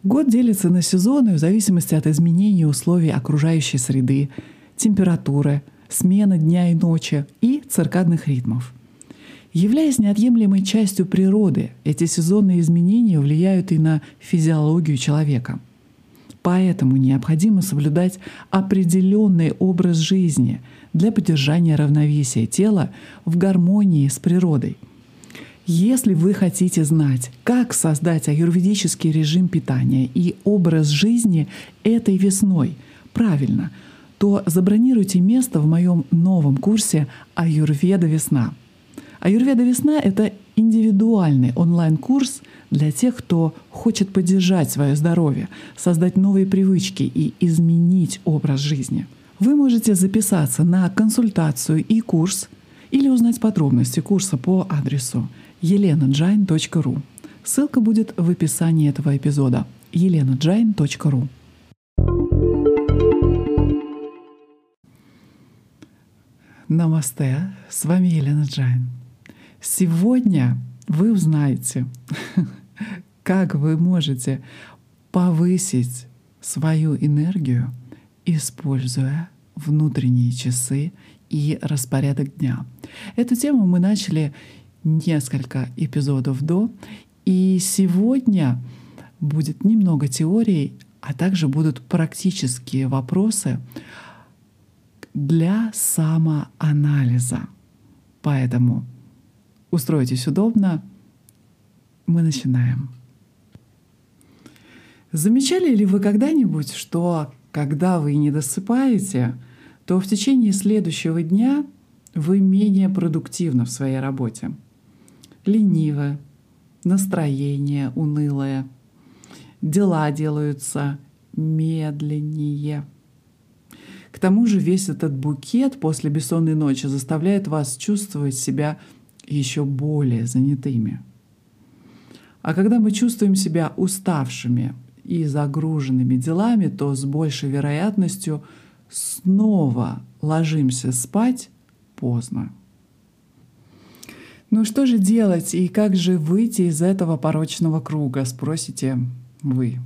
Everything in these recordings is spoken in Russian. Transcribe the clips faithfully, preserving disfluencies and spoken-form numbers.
Год делится на сезоны в зависимости от изменений условий окружающей среды, температуры, смены дня и ночи и циркадных ритмов. Являясь неотъемлемой частью природы, эти сезонные изменения влияют и на физиологию человека. Поэтому необходимо соблюдать определенный образ жизни для поддержания равновесия тела в гармонии с природой. Если вы хотите знать, как создать аюрведический режим питания и образ жизни этой весной правильно, то забронируйте место в моем новом курсе «Аюрведа весна». «Аюрведа весна» — это индивидуальный онлайн-курс для тех, кто хочет поддержать свое здоровье, создать новые привычки и изменить образ жизни. Вы можете записаться на консультацию и курс или узнать подробности курса по адресу елена джайн точка ру. Ссылка будет в описании этого эпизода. елена джайн точка ру. Намасте, с вами Елена Джайн. Сегодня вы узнаете, как вы можете повысить свою энергию, используя внутренние часы и распорядок дня. Эту тему мы начали несколько эпизодов до, и сегодня будет немного теорий, а также будут практические вопросы для самоанализа. Поэтому устройтесь удобно, мы начинаем. Замечали ли вы когда-нибудь, что когда вы не досыпаете, то в течение следующего дня вы менее продуктивны в своей работе? Ленивы, настроение унылое, дела делаются медленнее. К тому же весь этот букет после бессонной ночи заставляет вас чувствовать себя еще более занятыми. А когда мы чувствуем себя уставшими и загруженными делами, то с большей вероятностью снова ложимся спать поздно. Ну что же делать и как же выйти из этого порочного круга, спросите вы.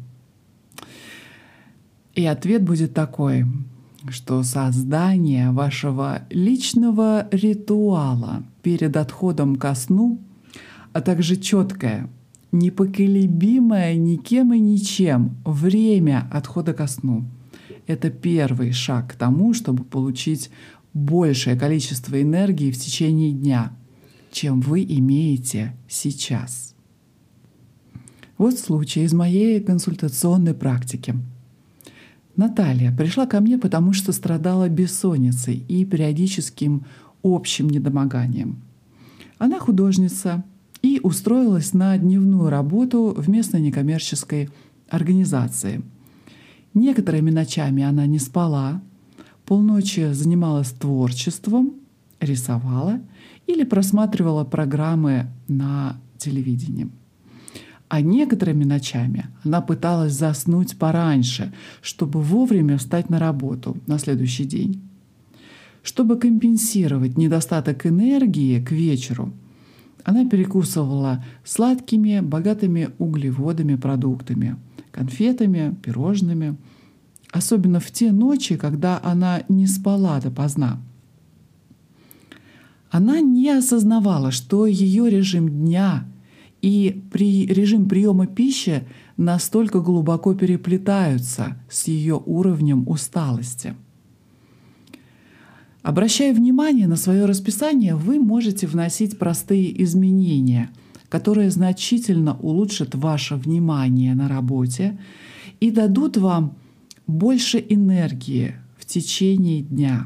И ответ будет такой, что создание вашего личного ритуала перед отходом ко сну, а также четкое, непоколебимое никем и ничем время отхода ко сну — это первый шаг к тому, чтобы получить большее количество энергии в течение дня, чем вы имеете сейчас. Вот случай из моей консультационной практики. Наталья пришла ко мне, потому что страдала бессонницей и периодическим общим недомоганием. Она художница и устроилась на дневную работу в местной некоммерческой организации. Некоторыми ночами она не спала, полночи занималась творчеством, рисовала или просматривала программы на телевидении. А некоторыми ночами она пыталась заснуть пораньше, чтобы вовремя встать на работу на следующий день. Чтобы компенсировать недостаток энергии к вечеру, она перекусывала сладкими, богатыми углеводами продуктами, конфетами, пирожными, особенно в те ночи, когда она не спала допоздна. Она не осознавала, что ее режим дня и при режим приема пищи настолько глубоко переплетаются с ее уровнем усталости. Обращая внимание на свое расписание, вы можете вносить простые изменения, которые значительно улучшат ваше внимание на работе и дадут вам больше энергии в течение дня.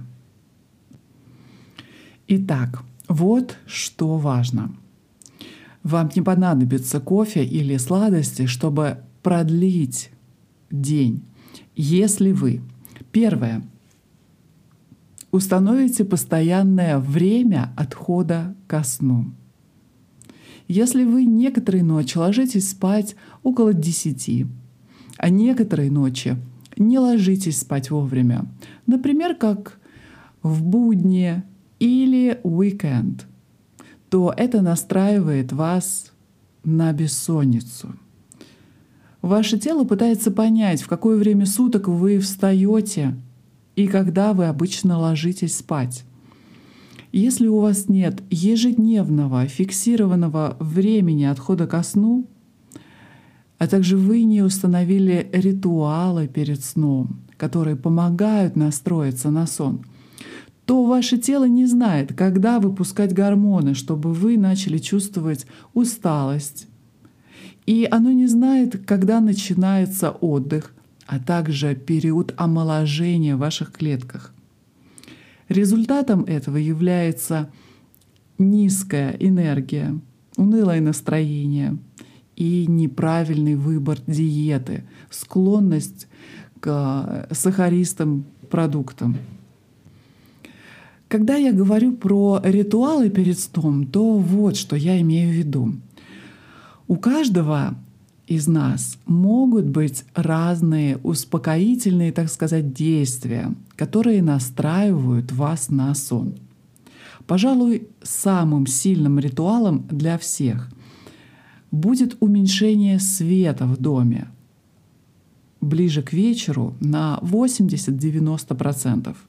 Итак, вот что важно. Вам не понадобится кофе или сладости, чтобы продлить день, если вы, первое, установите постоянное время отхода ко сну. Если вы некоторые ночи ложитесь спать около десяти, а некоторые ночи не ложитесь спать вовремя, например, как в будни или уикенд, то это настраивает вас на бессонницу. Ваше тело пытается понять, в какое время суток вы встаете и когда вы обычно ложитесь спать. Если у вас нет ежедневного фиксированного времени отхода ко сну, а также вы не установили ритуалы перед сном, которые помогают настроиться на сон, то ваше тело не знает, когда выпускать гормоны, чтобы вы начали чувствовать усталость. И оно не знает, когда начинается отдых, а также период омоложения в ваших клетках. Результатом этого является низкая энергия, унылое настроение и неправильный выбор диеты, склонность к сахаристым продуктам. Когда я говорю про ритуалы перед сном, то вот что я имею в виду. У каждого из нас могут быть разные успокоительные, так сказать, действия, которые настраивают вас на сон. Пожалуй, самым сильным ритуалом для всех будет уменьшение света в доме ближе к вечеру на восемьдесят-девяносто процентов.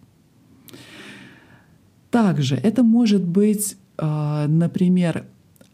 Также это может быть, например,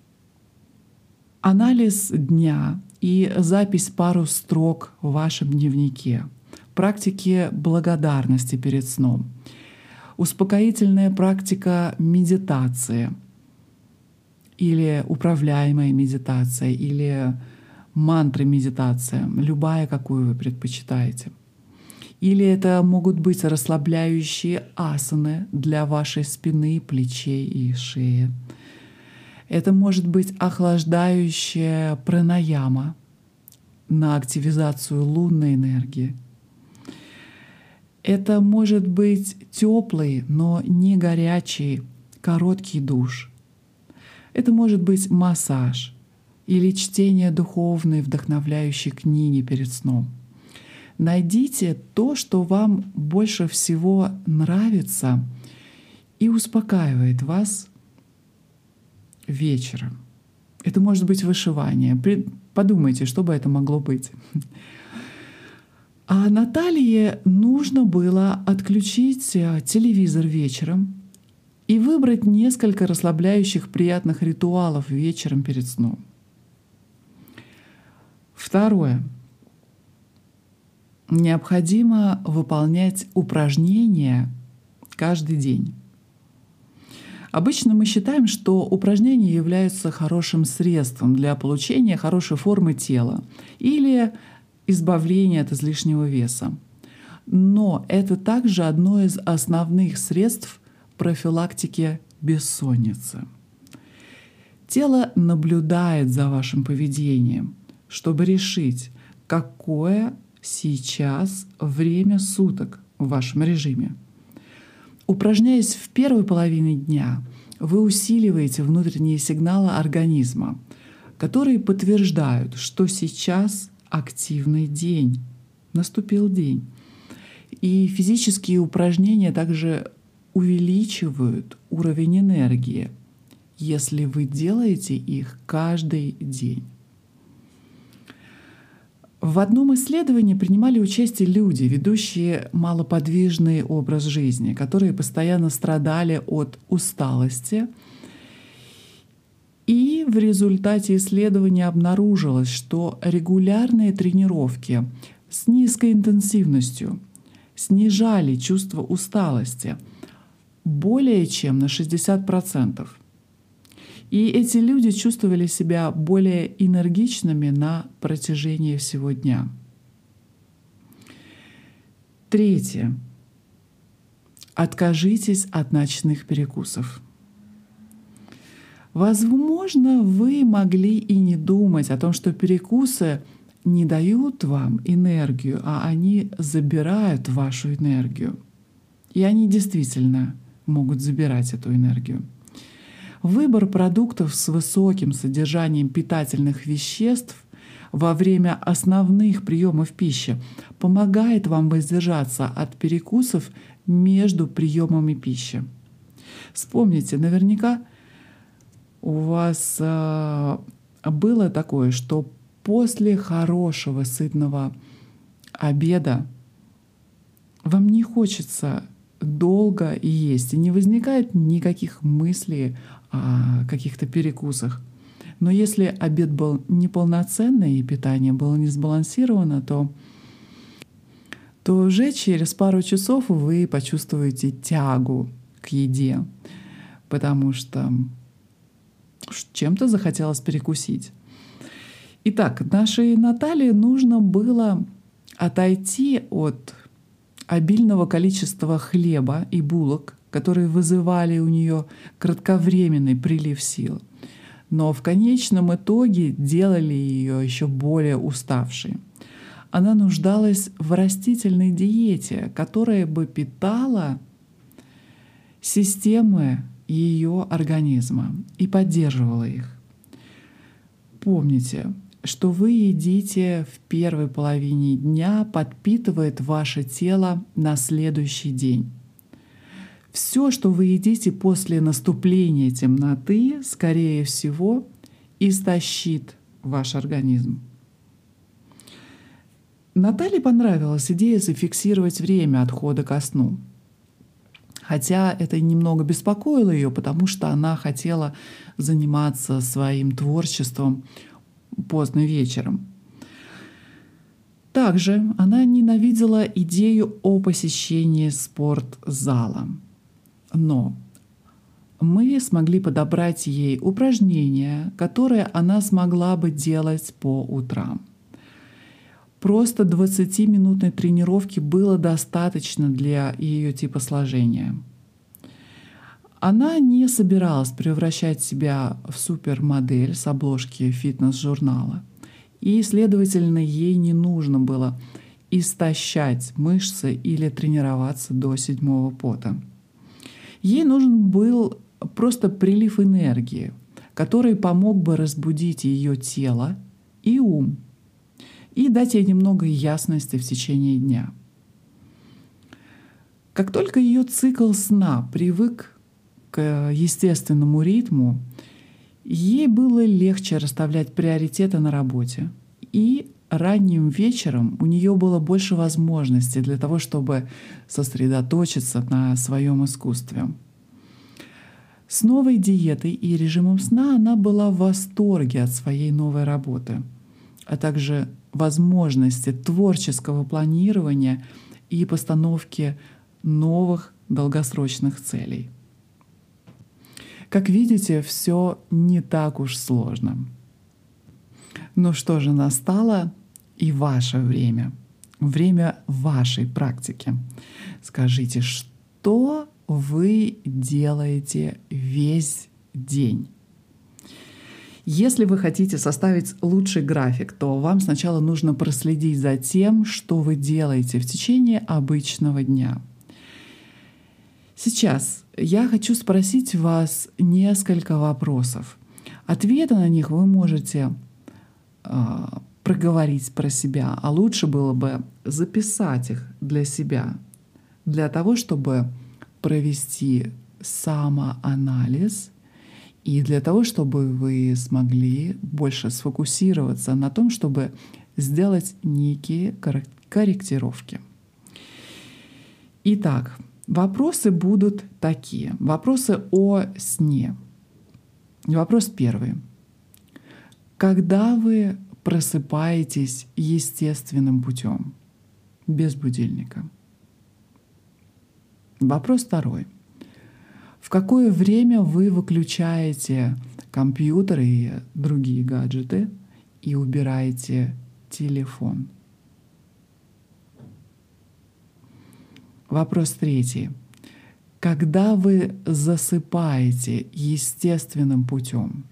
анализ дня и запись пару строк в вашем дневнике, практики благодарности перед сном, успокоительная практика медитации или управляемая медитация, или мантры медитация, любая, какую вы предпочитаете. Или это могут быть расслабляющие асаны для вашей спины, плечей и шеи. Это может быть охлаждающая пранаяма на активизацию лунной энергии. Это может быть теплый, но не горячий, короткий душ. Это может быть массаж или чтение духовной, вдохновляющей книги перед сном. Найдите то, что вам больше всего нравится и успокаивает вас вечером. Это может быть вышивание. Подумайте, что бы это могло быть. А Наталье нужно было отключить телевизор вечером и выбрать несколько расслабляющих, приятных ритуалов вечером перед сном. Второе. Необходимо выполнять упражнения каждый день. Обычно мы считаем, что упражнения являются хорошим средством для получения хорошей формы тела или избавления от излишнего веса. Но это также одно из основных средств профилактики бессонницы. Тело наблюдает за вашим поведением, чтобы решить, какое сейчас время суток в вашем режиме. Упражняясь в первой половине дня, вы усиливаете внутренние сигналы организма, которые подтверждают, что сейчас активный день, наступил день. И физические упражнения также увеличивают уровень энергии, если вы делаете их каждый день. В одном исследовании принимали участие люди, ведущие малоподвижный образ жизни, которые постоянно страдали от усталости. И в результате исследования обнаружилось, что регулярные тренировки с низкой интенсивностью снижали чувство усталости более чем на шестьдесят процентов. И эти люди чувствовали себя более энергичными на протяжении всего дня. Третье. Откажитесь от ночных перекусов. Возможно, вы могли и не думать о том, что перекусы не дают вам энергию, а они забирают вашу энергию. И они действительно могут забирать эту энергию. Выбор продуктов с высоким содержанием питательных веществ во время основных приемов пищи помогает вам воздержаться от перекусов между приемами пищи. Вспомните, наверняка у вас было такое, что после хорошего сытного обеда вам не хочется долго есть, и не возникает никаких мыслей о каких-то перекусах. Но если обед был неполноценный и питание было не сбалансировано, то, то уже через пару часов вы почувствуете тягу к еде, потому что чем-то захотелось перекусить. Итак, нашей Наталье нужно было отойти от обильного количества хлеба и булок, которые вызывали у нее кратковременный прилив сил, но в конечном итоге делали ее еще более уставшей. Она нуждалась в растительной диете, которая бы питала системы ее организма и поддерживала их. Помните, что вы едите в первой половине дня, подпитывает ваше тело на следующий день. Все, что вы едите после наступления темноты, скорее всего, истощит ваш организм. Наталье понравилась идея зафиксировать время отхода ко сну. Хотя это немного беспокоило ее, потому что она хотела заниматься своим творчеством поздно вечером. Также она ненавидела идею о посещении спортзала. Но мы смогли подобрать ей упражнения, которые она смогла бы делать по утрам. Просто двадцатиминутной тренировки было достаточно для ее типа сложения. Она не собиралась превращать себя в супермодель с обложки фитнес-журнала. И, следовательно, ей не нужно было истощать мышцы или тренироваться до седьмого пота. Ей нужен был просто прилив энергии, который помог бы разбудить ее тело и ум и дать ей немного ясности в течение дня. Как только ее цикл сна привык к естественному ритму, ей было легче расставлять приоритеты на работе. И ранним вечером у нее было больше возможностей для того, чтобы сосредоточиться на своем искусстве. С новой диетой и режимом сна она была в восторге от своей новой работы, а также возможности творческого планирования и постановки новых долгосрочных целей. Как видите, все не так уж сложно. Ну что же, настало и ваше время, время вашей практики. Скажите, что вы делаете весь день? Если вы хотите составить лучший график, то вам сначала нужно проследить за тем, что вы делаете в течение обычного дня. Сейчас я хочу спросить вас несколько вопросов. Ответы на них вы можете э, проговорить про себя, а лучше было бы записать их для себя, для того, чтобы провести самоанализ и для того, чтобы вы смогли больше сфокусироваться на том, чтобы сделать некие корректировки. Итак, вопросы будут такие. Вопросы о сне. Вопрос первый. Когда вы просыпаетесь естественным путем, без будильника? Вопрос второй. В какое время вы выключаете компьютер и другие гаджеты и убираете телефон? Вопрос третий. Когда вы засыпаете естественным путем?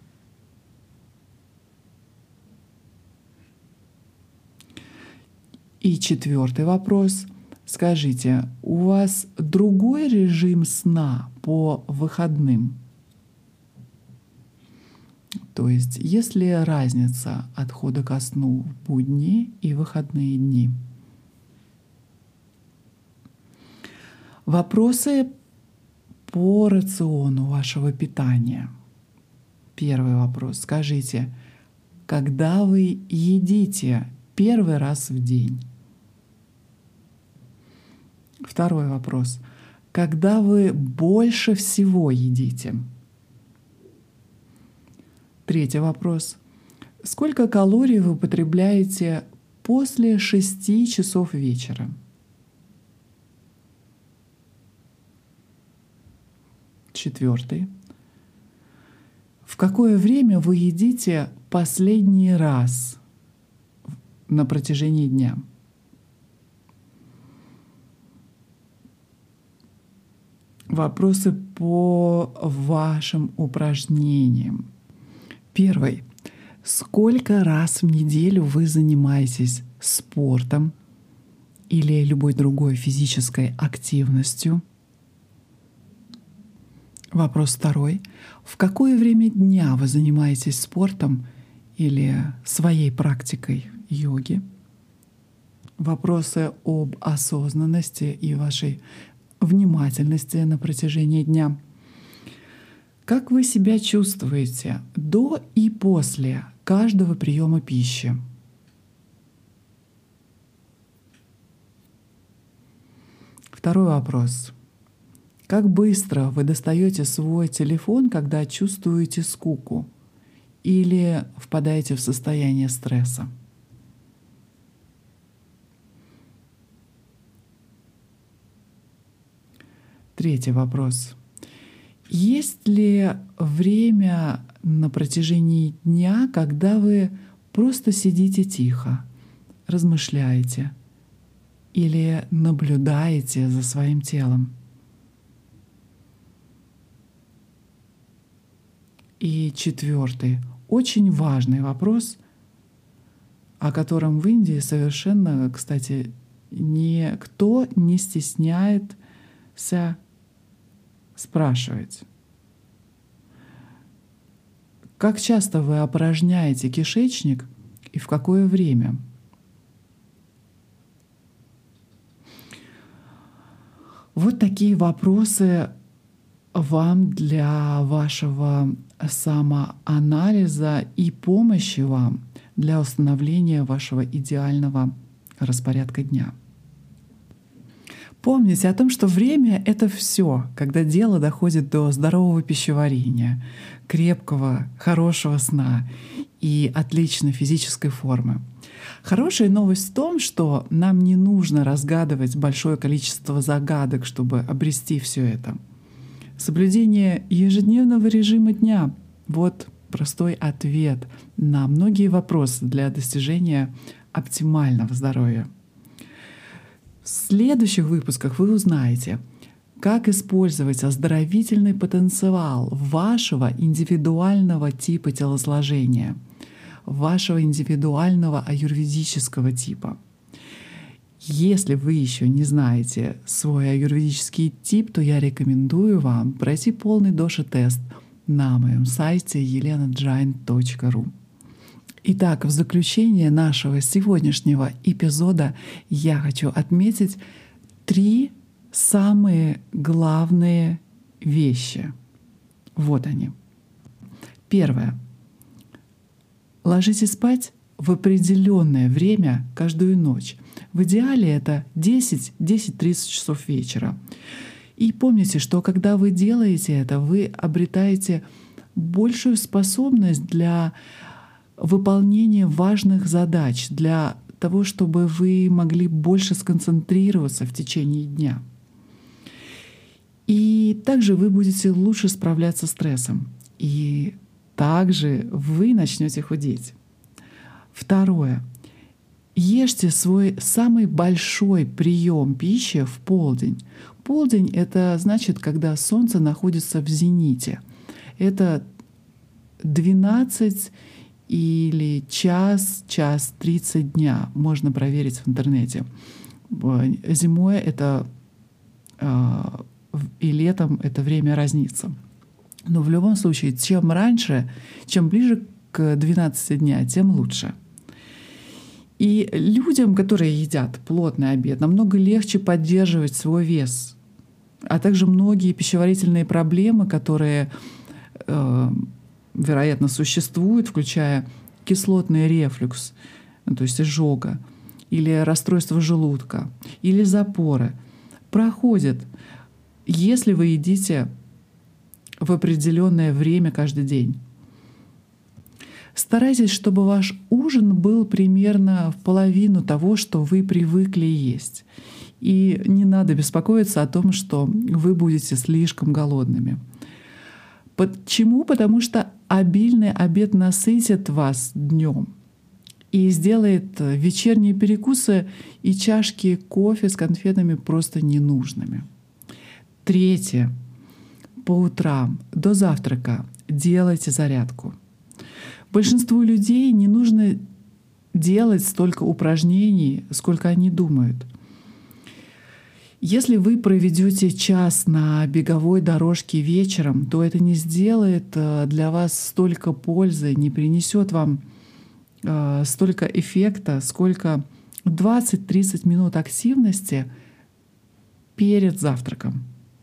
И четвертый вопрос. Скажите, у вас другой режим сна по выходным? То есть есть ли разница отхода ко сну в будни и выходные дни? Вопросы по рациону вашего питания. Первый вопрос. Скажите, когда вы едите первый раз в день? Второй вопрос. Когда вы больше всего едите? Третий вопрос. Сколько калорий вы употребляете после шести часов вечера? Четвертый. В какое время вы едите последний раз на протяжении дня? Вопросы по вашим упражнениям. Первый. Сколько раз в неделю вы занимаетесь спортом или любой другой физической активностью? Вопрос второй. В какое время дня вы занимаетесь спортом или своей практикой йоги? Вопросы об осознанности и вашей внимательности на протяжении дня. Как вы себя чувствуете до и после каждого приема пищи? Второй вопрос. Как быстро вы достаете свой телефон, когда чувствуете скуку или впадаете в состояние стресса? Третий вопрос. Есть ли время на протяжении дня, когда вы просто сидите тихо, размышляете или наблюдаете за своим телом? И четвертый, очень важный вопрос, о котором в Индии совершенно, кстати, никто не стесняется спрашивать. Как часто вы опорожняете кишечник и в какое время? Вот такие вопросы вам для вашего самоанализа и помощи вам для установления вашего идеального распорядка дня. Помните о том, что время — это все, когда дело доходит до здорового пищеварения, крепкого, хорошего сна и отличной физической формы. Хорошая новость в том, что нам не нужно разгадывать большое количество загадок, чтобы обрести все это. Соблюдение ежедневного режима дня — вот простой ответ на многие вопросы для достижения оптимального здоровья. В следующих выпусках вы узнаете, как использовать оздоровительный потенциал вашего индивидуального типа телосложения, вашего индивидуального аюрведического типа. Если вы еще не знаете свой аюрведический тип, то я рекомендую вам пройти полный доши-тест на моем сайте елена джайн точка ру. Итак, в заключение нашего сегодняшнего эпизода я хочу отметить три самые главные вещи. Вот они. Первое. Ложитесь спать в определенное время каждую ночь. В идеале это десять-десять тридцать часов вечера. И помните, что когда вы делаете это, вы обретаете большую способность для выполнения важных задач, для того, чтобы вы могли больше сконцентрироваться в течение дня. И также вы будете лучше справляться с стрессом. И также вы начнете худеть. Второе. Ешьте свой самый большой прием пищи в полдень. Полдень — это значит, когда солнце находится в зените. Это двенадцать или час, час тридцать дня. Можно проверить в интернете. Зимой это и летом это время разнится. Но в любом случае, чем раньше, чем ближе к двенадцати дня, тем лучше. И людям, которые едят плотный обед, намного легче поддерживать свой вес, а также многие пищеварительные проблемы, которые, э, вероятно, существуют, включая кислотный рефлюкс, ну, то есть изжога, или расстройство желудка, или запоры, проходит, если вы едите в определенное время каждый день. Старайтесь, чтобы ваш ужин был примерно в половину того, что вы привыкли есть. И не надо беспокоиться о том, что вы будете слишком голодными. Почему? Потому что обильный обед насытит вас днем и сделает вечерние перекусы и чашки кофе с конфетами просто ненужными. Третье. По утрам до завтрака делайте зарядку. Большинству людей не нужно делать столько упражнений, сколько они думают. Если вы проведете час на беговой дорожке вечером, то это не сделает для вас столько пользы, не принесет вам столько эффекта, сколько двадцать-тридцать минут активности перед завтраком.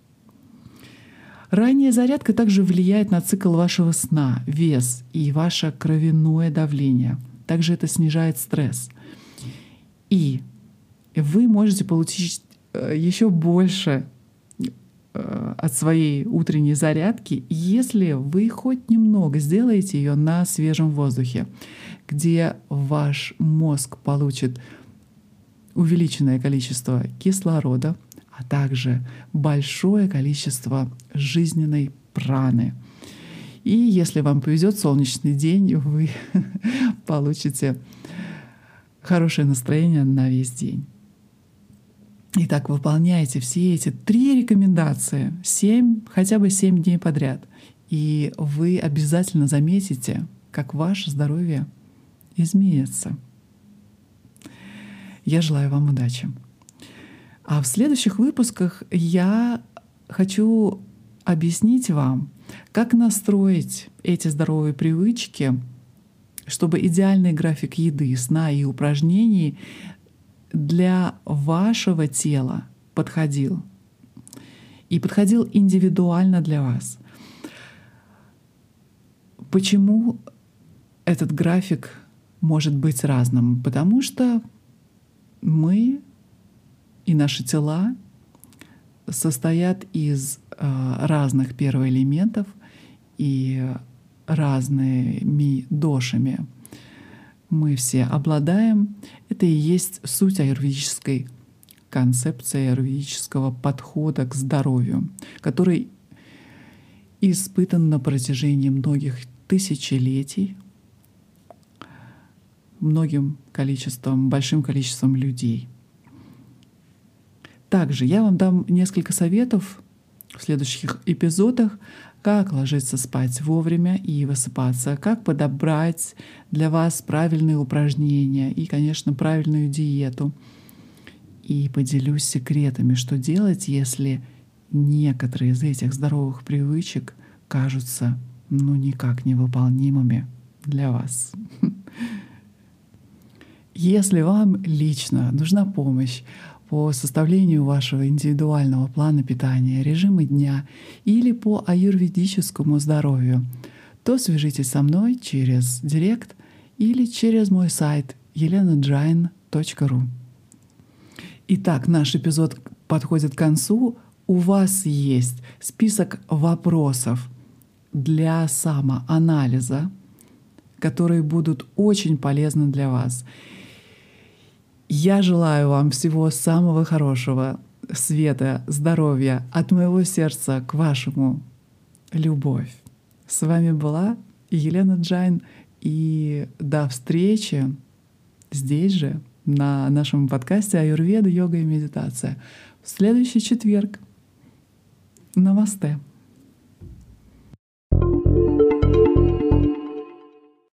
Ранняя зарядка также влияет на цикл вашего сна, вес и ваше кровяное давление. Также это снижает стресс. И вы можете получить еще больше от своей утренней зарядки, если вы хоть немного сделаете ее на свежем воздухе, где ваш мозг получит увеличенное количество кислорода, а также большое количество жизненной праны. И если вам повезет, солнечный день, вы получите хорошее настроение на весь день. Итак, выполняйте все эти три рекомендации, семь, хотя бы семь дней подряд, и вы обязательно заметите, как ваше здоровье изменится. Я желаю вам удачи. А в следующих выпусках я хочу объяснить вам, как настроить эти здоровые привычки, чтобы идеальный график еды, сна и упражнений для вашего тела подходил. И подходил индивидуально для вас. Почему этот график может быть разным? Потому что мы и наши тела состоят из э, разных первоэлементов и разными дошами. Мы все обладаем. Это и есть суть аюрведической концепции, аюрведического подхода к здоровью, который испытан на протяжении многих тысячелетий многим количеством, большим количеством людей. Также я вам дам несколько советов в следующих эпизодах, как ложиться спать вовремя и высыпаться, как подобрать для вас правильные упражнения и, конечно, правильную диету. И поделюсь секретами, что делать, если некоторые из этих здоровых привычек кажутся ну никак невыполнимыми для вас. Если вам лично нужна помощь по составлению вашего индивидуального плана питания, режима дня или по аюрведическому здоровью, то свяжитесь со мной через директ или через мой сайт елена джайн точка ру. Итак, наш эпизод подходит к концу. У вас есть список вопросов для самоанализа, которые будут очень полезны для вас. Я желаю вам всего самого хорошего, света, здоровья, от моего сердца к вашему любовь. С вами была Елена Джайн, и до встречи здесь же, на нашем подкасте «Аюрведа, йога и медитация» в следующий четверг. Намасте!